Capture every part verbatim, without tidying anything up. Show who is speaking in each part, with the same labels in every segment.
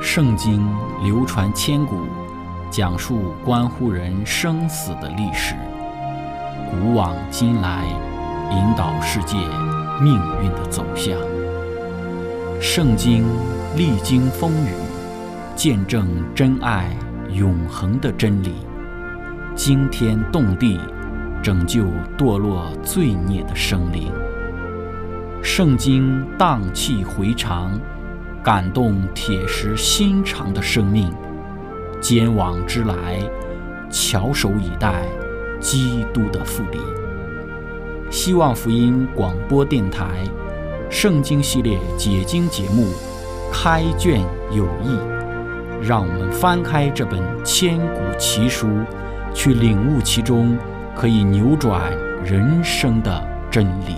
Speaker 1: 圣经流传千古，讲述关乎人生死的历史，古往今来，引导世界命运的走向。圣经历经风雨，见证真爱永恒的真理，惊天动地，拯救堕落罪孽的生灵。圣经荡气回肠，感动铁石心肠的生命。坚往之来，翘首以待基督的复临。希望福音广播电台圣经系列解经节目开卷有益，让我们翻开这本千古奇书，去领悟其中可以扭转人生的真理。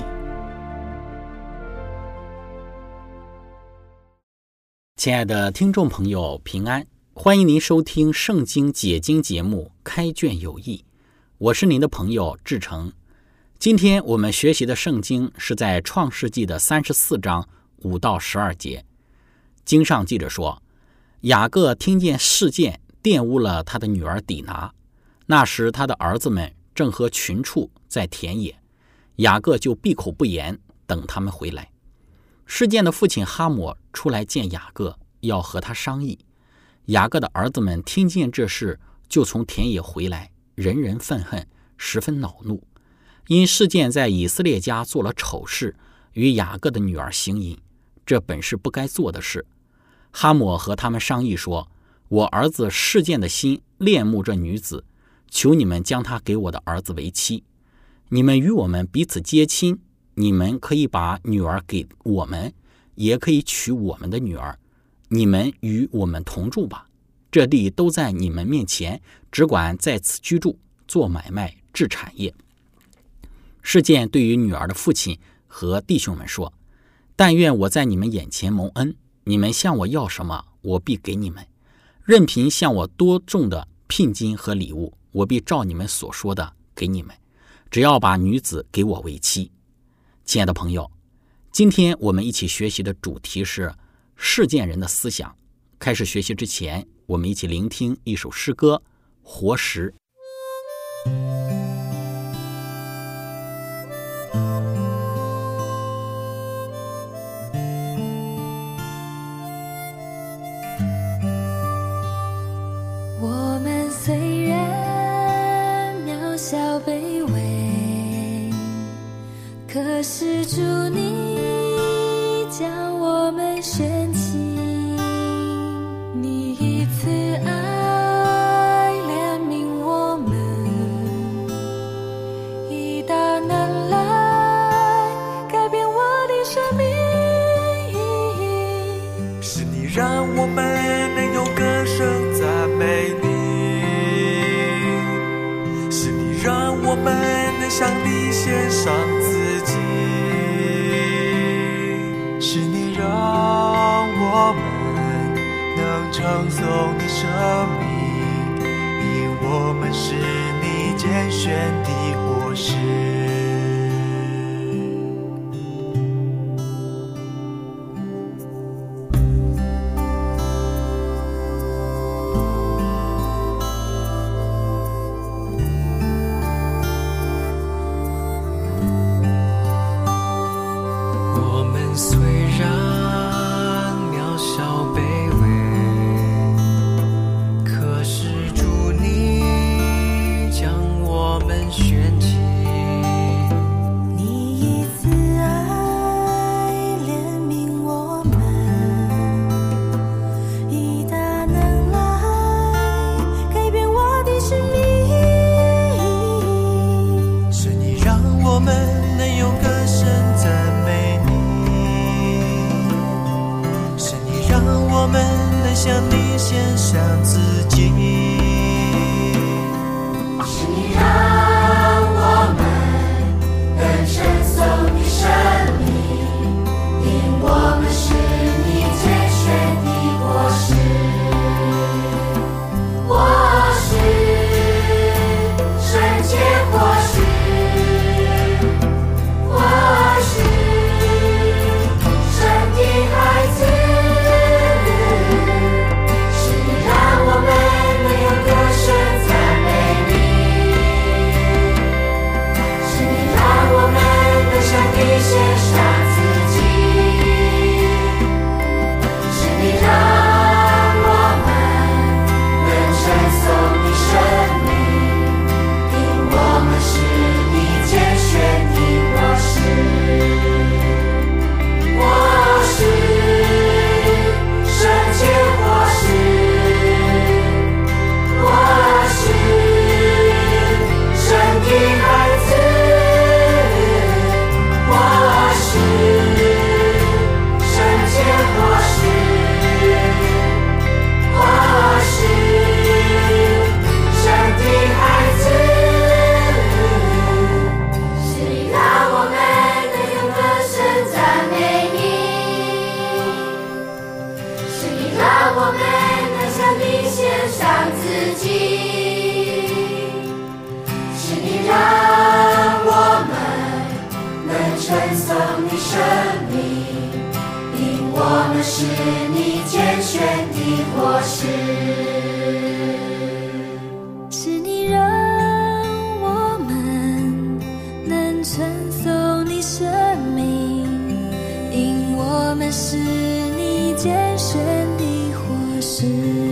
Speaker 1: 亲爱的听众朋友，平安，欢迎您收听圣经解经节目开卷有益，我是您的朋友志成。今天我们学习的圣经是在创世纪的三十四章五到十二节。经上记着说，雅各听见示剑玷污了他的女儿底拿，那时他的儿子们正和群畜在田野，雅各就闭口不言，等他们回来。示剑的父亲哈抹出来见雅各，要和他商议。雅各的儿子们听见这事，就从田野回来，人人愤恨，十分恼怒。因示剑在以色列家做了丑事，与雅各的女儿行淫，这本是不该做的事。哈抹和他们商议说，我儿子示剑的心恋慕这女子，求你们将她给我的儿子为妻。你们与我们彼此结亲，你们可以把女儿给我们，也可以娶我们的女儿，你们与我们同住吧。这地都在你们面前，只管在此居住，做买卖，置产业。示剑对于女儿的父亲和弟兄们说，但愿我在你们眼前蒙恩，你们向我要什么，我必给你们。任凭向我多重的聘金和礼物，我必照你们所说的给你们，只要把女子给我为妻。亲爱的朋友，今天我们一起学习的主题是示剑人的思想。开始学习之前，我们一起聆听一首诗歌《活石》。
Speaker 2: 我们虽然渺小卑微，可是主你将我们选起，你以慈爱怜悯我们，以大能来改变我的生命。
Speaker 3: 是你让我们能有歌声赞美你，是你让我们能向你献上自己，是你让我们能称颂你生命，因我们是你拣选的活石。
Speaker 2: 我是神的孩子。 你生命，因我们是你拣选的果实。是你让我们能承受你生命，因我们是你拣选的果实。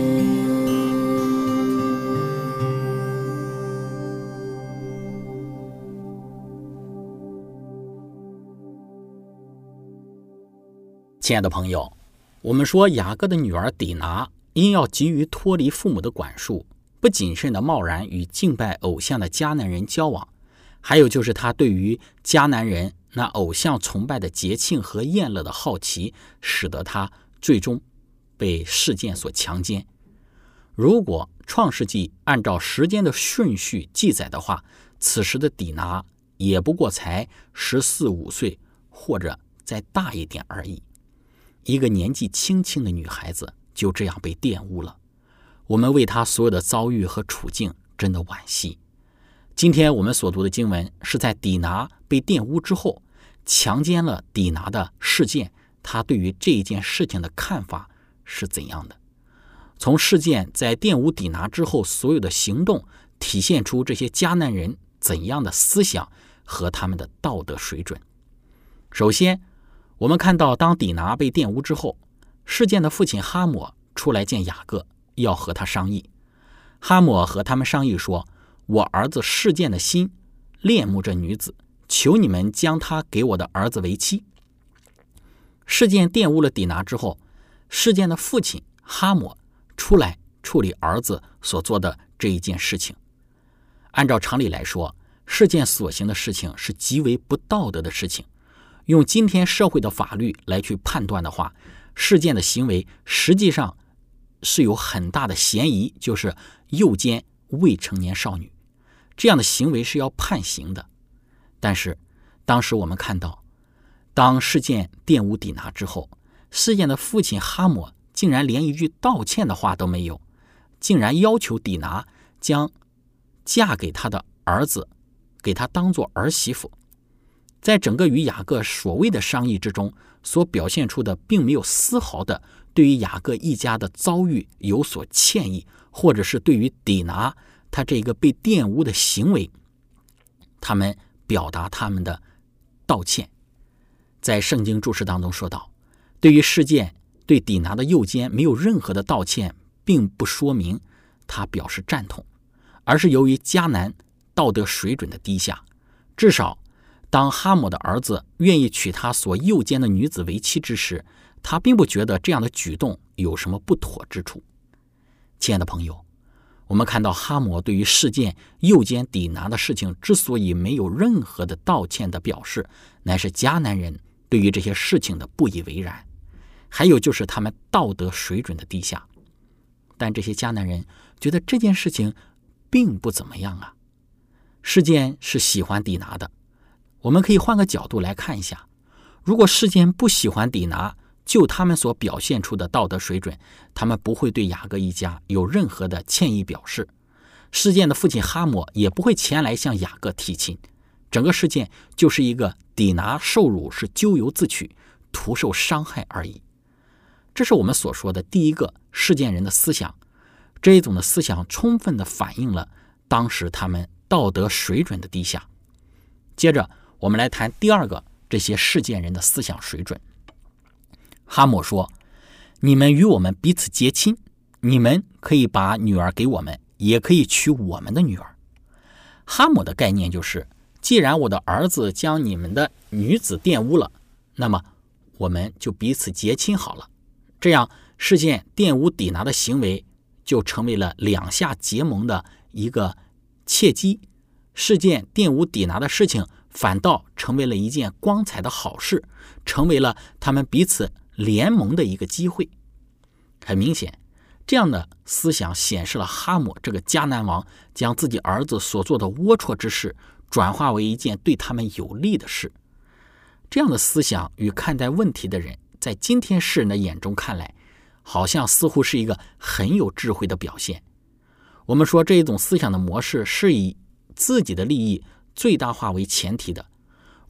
Speaker 1: 亲爱的朋友，我们说雅各的女儿底拿因要急于脱离父母的管束，不谨慎的贸然与敬拜偶像的迦南人交往，还有就是他对于迦南人那偶像崇拜的节庆和宴乐的好奇，使得他最终被事件所强奸。如果创世纪按照时间的顺序记载的话，此时的底拿也不过才十四五岁，或者再大一点而已。一个年纪轻轻的女孩子就这样被玷污了，我们为她所有的遭遇和处境真的惋惜。今天我们所读的经文是在底拿被玷污之后，强奸了底拿的事件，他对于这一件事情的看法是怎样的。从事件在玷污底拿之后所有的行动，体现出这些迦南人怎样的思想和他们的道德水准。首先我们看到，当底拿被玷污之后，事件的父亲哈抹出来见雅各，要和他商议。哈抹和他们商议说，我儿子事件的心恋慕这女子，求你们将她给我的儿子为妻。事件玷污了底拿之后，事件的父亲哈抹出来处理儿子所做的这一件事情。按照常理来说，事件所行的事情是极为不道德的事情。用今天社会的法律来去判断的话，事件的行为实际上是有很大的嫌疑，就是诱奸未成年少女，这样的行为是要判刑的。但是当时我们看到，当事件玷污底拿之后，事件的父亲哈抹竟然连一句道歉的话都没有，竟然要求底拿将嫁给他的儿子给他当作儿媳妇。在整个与雅各所谓的商议之中，所表现出的并没有丝毫的对于雅各一家的遭遇有所歉意，或者是对于底拿他这个被玷污的行为，他们表达他们的道歉。在圣经注释当中说到，对于事件对底拿的诱奸没有任何的道歉，并不说明他表示赞同，而是由于迦南道德水准的低下。至少当哈抹的儿子愿意娶他所诱奸的女子为妻之时，他并不觉得这样的举动有什么不妥之处。亲爱的朋友，我们看到哈抹对于事件诱奸底拿的事情之所以没有任何的道歉的表示，乃是迦南人对于这些事情的不以为然，还有就是他们道德水准的低下。但这些迦南人觉得这件事情并不怎么样啊。事件是喜欢底拿的，我们可以换个角度来看一下，如果事件不喜欢底拿，就他们所表现出的道德水准，他们不会对雅各一家有任何的歉意表示。事件的父亲哈抹也不会前来向雅各提亲。整个事件就是一个底拿受辱是咎由自取，徒受伤害而已。这是我们所说的第一个事件人的思想。这一种的思想充分地反映了当时他们道德水准的低下。接着我们来谈第二个这些事件人的思想水准。哈抹说，你们与我们彼此结亲，你们可以把女儿给我们，也可以娶我们的女儿。哈抹的概念就是，既然我的儿子将你们的女子玷污了，那么我们就彼此结亲好了。这样事件玷污底拿的行为就成为了两下结盟的一个契机，事件玷污底拿的事情反倒成为了一件光彩的好事，成为了他们彼此联盟的一个机会。很明显，这样的思想显示了哈抹这个迦南王将自己儿子所做的龌龊之事转化为一件对他们有利的事。这样的思想与看待问题的人，在今天世人的眼中看来，好像似乎是一个很有智慧的表现。我们说这一种思想的模式是以自己的利益最大化为前提的。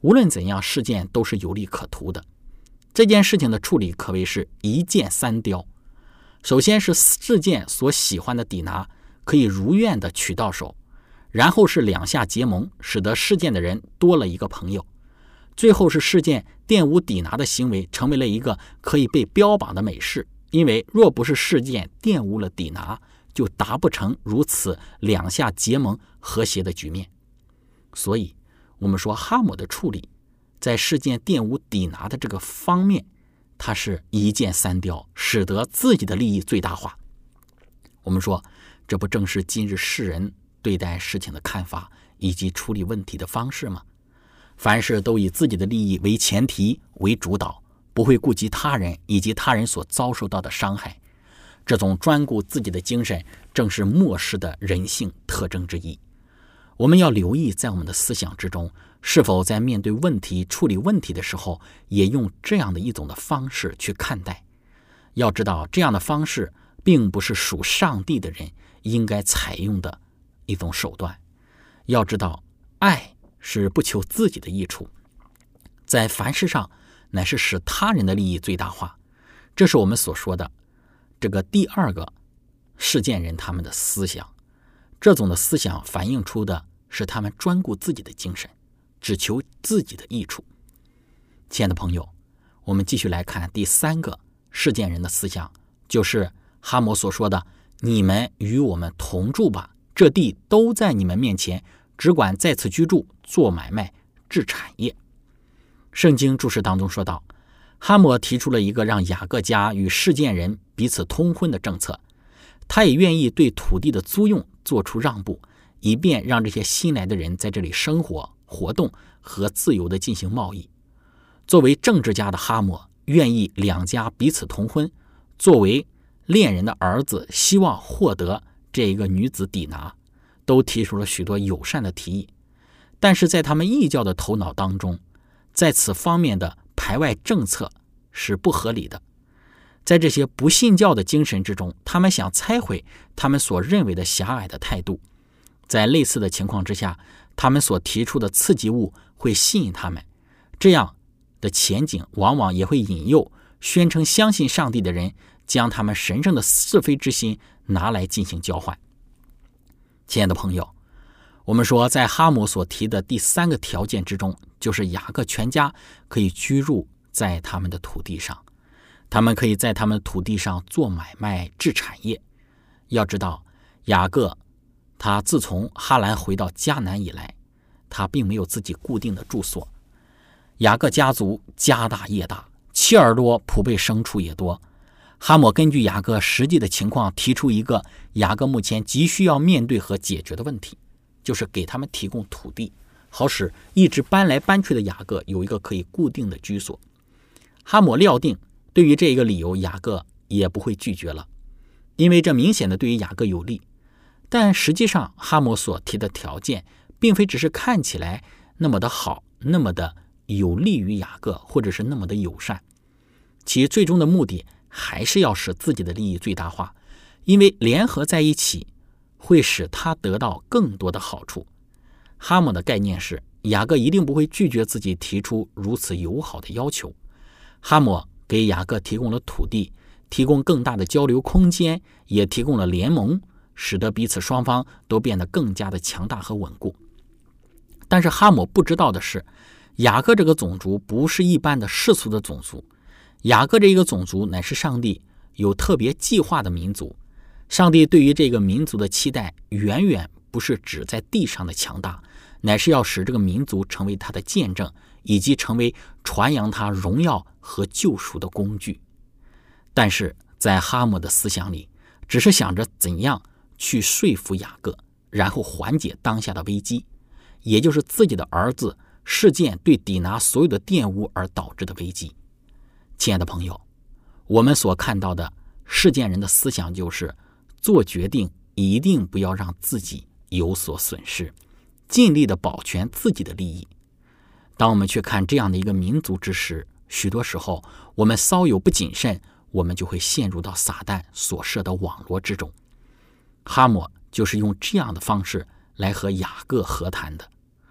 Speaker 1: 无论怎样，事件都是有利可图的。这件事情的处理可谓是一箭三雕。首先是事件所喜欢的底拿可以如愿的取到手，然后是两下结盟，使得事件的人多了一个朋友，最后是事件玷污底拿的行为成为了一个可以被标榜的美事，因为若不是事件玷污了底拿，就达不成如此两下结盟和谐的局面。所以我们说哈姆的处理在事件玷污底拿的这个方面，他是一箭三雕，使得自己的利益最大化。我们说这不正是今日世人对待事情的看法以及处理问题的方式吗？凡事都以自己的利益为前提为主导，不会顾及他人以及他人所遭受到的伤害。这种专顾自己的精神正是末世的人性特征之一。我们要留意在我们的思想之中，是否在面对问题处理问题的时候也用这样的一种的方式去看待。要知道这样的方式并不是属上帝的人应该采用的一种手段。要知道爱是不求自己的益处，在凡事上乃是使他人的利益最大化。这是我们所说的这个第二个事件人他们的思想。这种的思想反映出的是他们专顾自己的精神，只求自己的益处。亲爱的朋友，我们继续来看第三个事件人的思想，就是哈摩所说的你们与我们同住吧，这地都在你们面前，只管在此居住，做买卖，置产业。圣经注释当中说到，哈摩提出了一个让雅各家与事件人彼此通婚的政策，他也愿意对土地的租用做出让步，以便让这些新来的人在这里生活、活动和自由地进行贸易。作为政治家的哈摩愿意两家彼此同婚，作为恋人的儿子希望获得这一个女子底拿，都提出了许多友善的提议。但是在他们异教的头脑当中，在此方面的排外政策是不合理的。在这些不信教的精神之中，他们想拆毁他们所认为的狭隘的态度。在类似的情况之下，他们所提出的刺激物会吸引他们，这样的前景往往也会引诱宣称相信上帝的人将他们神圣的是非之心拿来进行交换。亲爱的朋友，我们说在哈姆所提的第三个条件之中，就是雅各全家可以居住在他们的土地上，他们可以在他们土地上做买卖、置产业。要知道，雅各他自从哈兰回到迦南以来，他并没有自己固定的住所。雅各家族家大业大，妻儿多，仆辈牲畜也多。哈摩根据雅各实际的情况提出一个雅各目前急需要面对和解决的问题，就是给他们提供土地，好使一直搬来搬去的雅各有一个可以固定的居所。哈摩料定对于这一个理由，雅各也不会拒绝了，因为这明显的对于雅各有利。但实际上哈摩所提的条件并非只是看起来那么的好，那么的有利于雅各，或者是那么的友善，其最终的目的还是要使自己的利益最大化，因为联合在一起会使他得到更多的好处。哈摩的概念是，雅各一定不会拒绝自己提出如此友好的要求。哈摩给雅各提供了土地，提供更大的交流空间，也提供了联盟，使得彼此双方都变得更加的强大和稳固。但是哈摩不知道的是，雅各这个种族不是一般的世俗的种族，雅各这一个种族乃是上帝有特别计划的民族。上帝对于这个民族的期待远远不是指在地上的强大，乃是要使这个民族成为他的见证，以及成为传扬他荣耀和救赎的工具。但是在哈摩的思想里，只是想着怎样去说服雅各，然后缓解当下的危机，也就是自己的儿子事件对底拿所有的玷污而导致的危机。亲爱的朋友，我们所看到的事件人的思想就是做决定一定不要让自己有所损失，尽力的保全自己的利益。当我们去看这样的一个民族之时，许多时候我们稍有不谨慎，我们就会陷入到撒旦所设的网罗之中。哈摩就是用这样的方式来和雅各和谈的。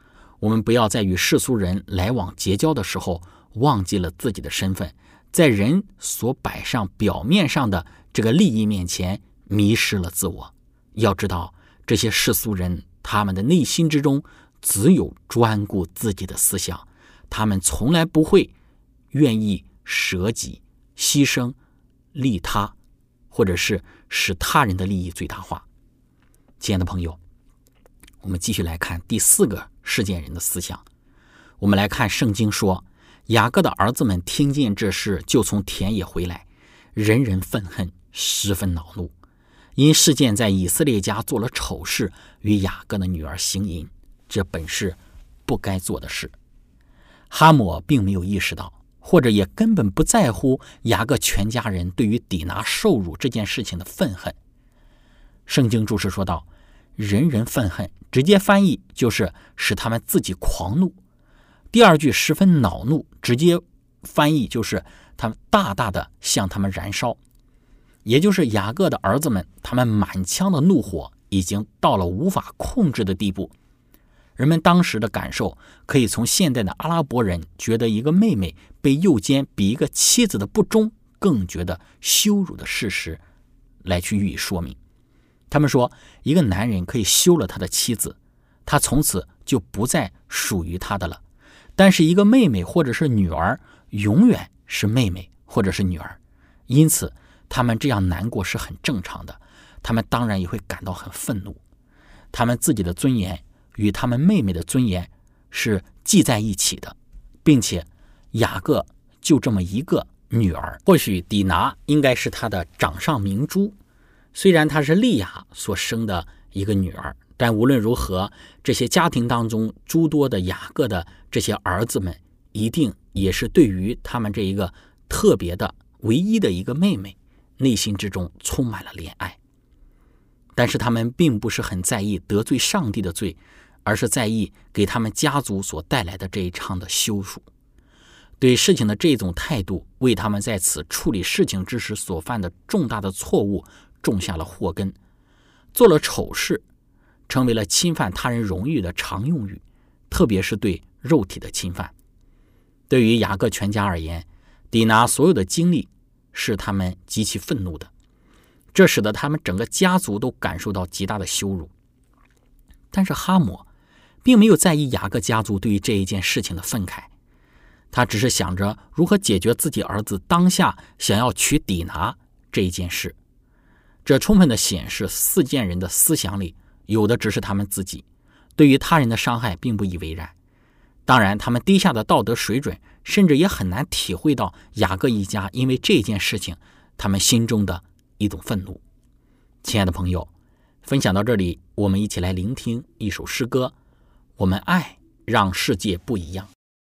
Speaker 1: 我们不要在与世俗人来往结交的时候忘记了自己的身份，在人所摆上表面上的这个利益面前迷失了自我。要知道，这些世俗人他们的内心之中只有专顾自己的思想，他们从来不会愿意舍己牺牲利他，或者是使他人的利益最大化。亲爱的朋友，我们继续来看第四个事件人的思想。我们来看圣经说，雅各的儿子们听见这事，就从田野回来，人人愤恨，十分恼怒，因事件在以色列家做了丑事，与雅各的女儿行淫，这本是不该做的事。哈抹并没有意识到，或者也根本不在乎雅各全家人对于底拿受辱这件事情的愤恨。圣经注释说道，人人愤恨，直接翻译就是使他们自己狂怒。第二句十分恼怒，直接翻译就是他们大大的向他们燃烧，也就是雅各的儿子们，他们满腔的怒火已经到了无法控制的地步。人们当时的感受可以从现代的阿拉伯人觉得一个妹妹被诱奸比一个妻子的不忠更觉得羞辱的事实来去予以说明。他们说，一个男人可以休了他的妻子，他从此就不再属于他的了，但是一个妹妹或者是女儿永远是妹妹或者是女儿，因此他们这样难过是很正常的。他们当然也会感到很愤怒，他们自己的尊严与他们妹妹的尊严是系在一起的，并且雅各就这么一个女儿，或许底拿应该是他的掌上明珠，虽然她是利亚所生的一个女儿，但无论如何，这些家庭当中诸多的雅各的这些儿子们一定也是对于他们这一个特别的唯一的一个妹妹内心之中充满了怜爱。但是他们并不是很在意得罪上帝的罪，而是在意给他们家族所带来的这一场的羞辱。对事情的这种态度，为他们在此处理事情之时所犯的重大的错误种下了祸根，做了丑事，成为了侵犯他人荣誉的常用语，特别是对肉体的侵犯。对于雅各全家而言，底拿所有的经历是他们极其愤怒的，这使得他们整个家族都感受到极大的羞辱。但是哈抹并没有在意雅各家族对于这一件事情的愤慨，他只是想着如何解决自己儿子当下想要娶底拿这一件事。这充分地显示四件人的思想里有的只是他们自己，对于他人的伤害并不以为然。当然，他们低下的道德水准甚至也很难体会到雅各一家因为这件事情他们心中的一种愤怒。亲爱的朋友，分享到这里，我们一起来聆听一首诗歌，我们爱让世界不一样。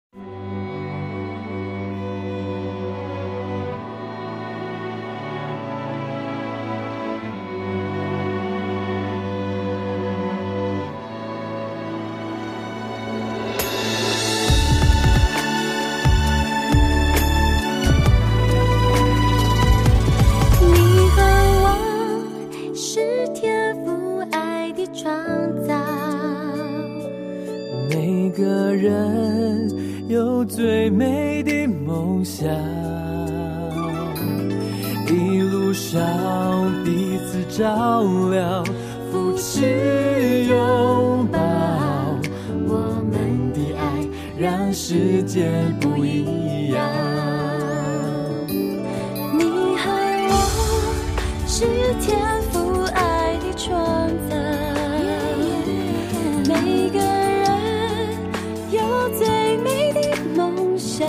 Speaker 3: 最美的梦想，一路上彼此照亮，扶持拥抱，我们的爱让世界不一样。
Speaker 2: 你和我是天父爱的创造，每个人有最美的梦想，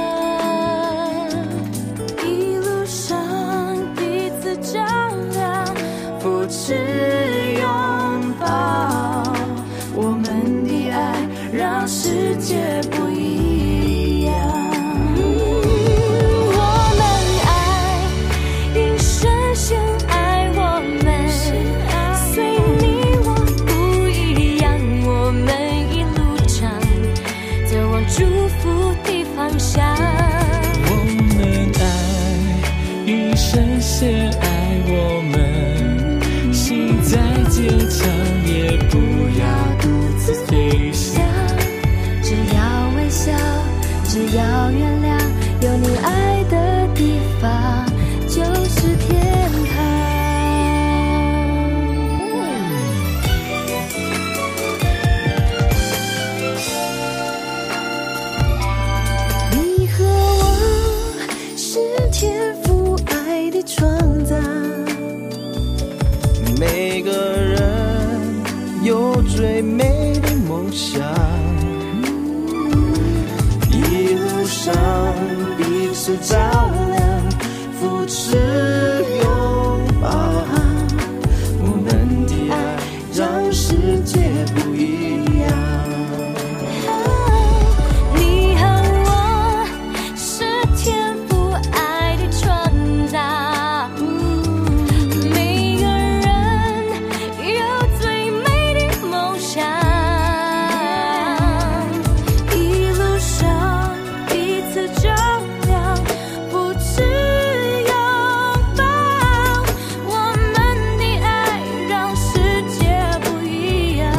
Speaker 2: 一路上彼此照亮，扶持拥抱，我们的爱让世界不一样。我们爱，因深深爱我们，随你我不一样，我们一路上走往祝福的方向。
Speaker 3: 我们爱，因深深爱我们，心再坚强也不要独自飞翔。 最美的梦想。一路上彼此照亮，扶持拥抱，我们的爱让世界不一样。
Speaker 2: 你和我是天赋爱的创造，每个人有最美的梦想。一路上彼此照亮，扶持拥抱，我们的爱让世界不一样。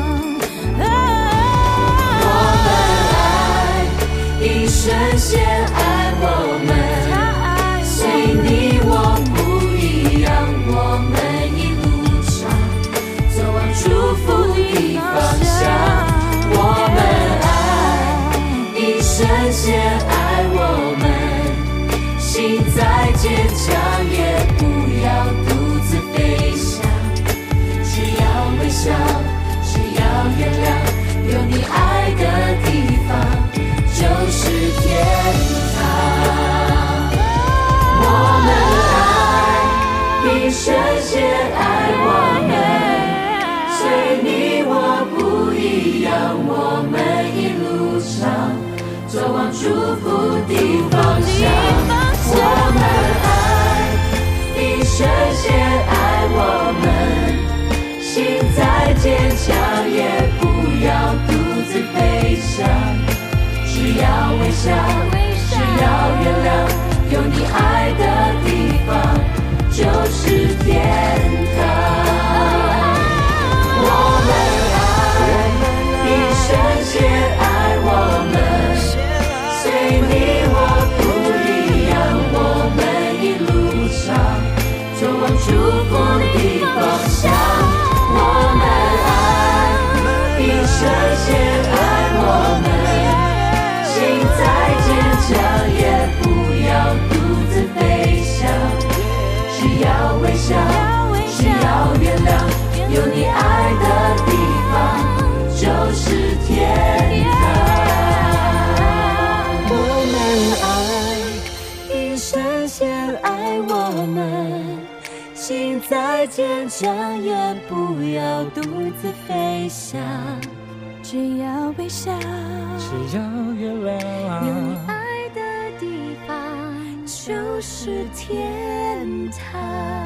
Speaker 2: 一生先爱我们，随你我不一样，我们一路上走往祝福的方向。我们爱，一生先爱我们，心再坚强也不要独自飞翔，只要微笑，只要原谅，有你爱的地方就是天堂。我们爱，一生先爱我们，随你我不一样，我们一路上走往祝福的方向。我们爱，一生先爱我们，心再坚强也不要独自飞翔，只要微笑，只要原谅，有你爱的地方就是天堂。我们爱，一生先爱我们，随你我不一样，我们一路上走往祝福的方向。我们爱，一生先爱我们，心再坚强也不要独自飞翔，只要微笑，只要原谅，有你爱的地方就是天堂。我们爱，一生先爱我们，心再坚强也不要独自飞翔，只要微笑，
Speaker 3: 只要原谅，
Speaker 2: 有你爱的地方就是天堂。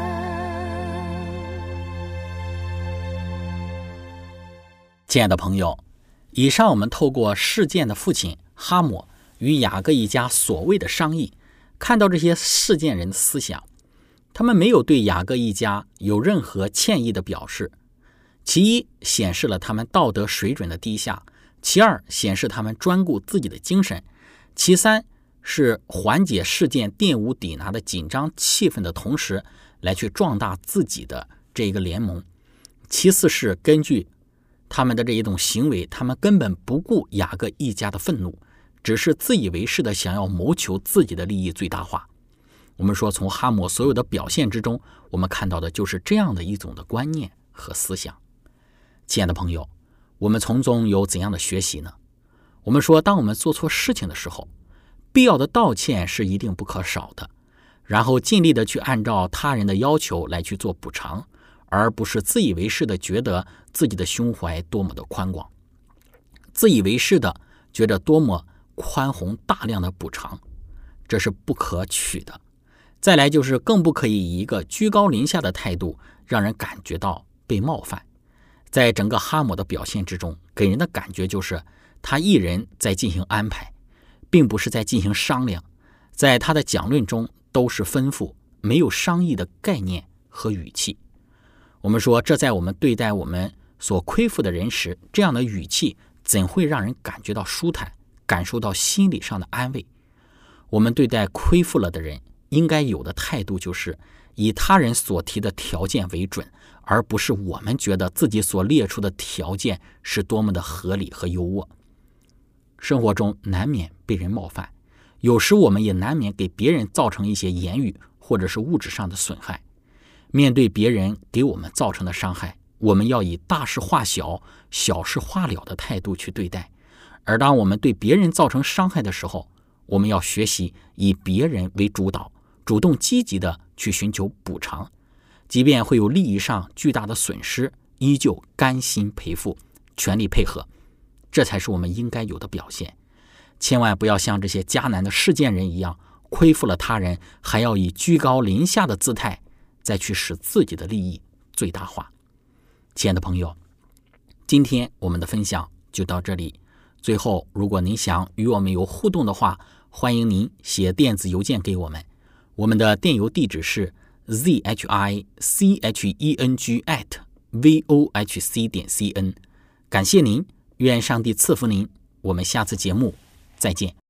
Speaker 1: 亲爱的朋友，以上我们透过事件的父亲哈姆与雅各一家所谓的商议，看到这些事件人的思想。他们没有对雅各一家有任何歉意的表示。其一，显示了他们道德水准的低下；其二，显示他们专顾自己的精神；其三，是缓解事件玷污底拿的紧张气氛的同时，来去壮大自己的这一个联盟；其四，是根据他们的这一种行为，他们根本不顾雅各一家的愤怒，只是自以为是的想要谋求自己的利益最大化。我们说，从哈姆所有的表现之中，我们看到的就是这样的一种的观念和思想。亲爱的朋友，我们从中有怎样的学习呢？我们说，当我们做错事情的时候，必要的道歉是一定不可少的，然后尽力的去按照他人的要求来去做补偿，而不是自以为是的觉得自己的胸怀多么的宽广，自以为是的觉得多么宽宏大量的补偿，这是不可取的。再来就是更不可以以一个居高临下的态度让人感觉到被冒犯。在整个哈姆的表现之中，给人的感觉就是他一人在进行安排，并不是在进行商量。在他的讲论中都是吩咐，没有商议的概念和语气。我们说，这在我们对待我们所亏负的人时，这样的语气怎会让人感觉到舒坦，感受到心理上的安慰？我们对待亏负了的人应该有的态度就是以他人所提的条件为准，而不是我们觉得自己所列出的条件是多么的合理和优渥。生活中难免被人冒犯，有时我们也难免给别人造成一些言语或者是物质上的损害。面对别人给我们造成的伤害， 我们要以大事化小、小事化了的态度去对待；而当我们对别人造成伤害的时候，我们要学习以别人为主导，主动积极的去寻求补偿，即便会有利益上巨大的损失，依旧甘心赔付，全力配合，这才是我们应该有的表现。千万不要像这些迦南的事件人一样，亏负了他人，还要以居高临下的姿态再去使自己的利益最大化。亲爱的朋友，今天我们的分享就到这里。最后，如果您想与我们有互动的话，欢迎您写电子邮件给我们，我们的电邮地址是 z h i c h e n g at v o h c 点 c n。 感谢您，愿上帝赐福您，我们下次节目再见。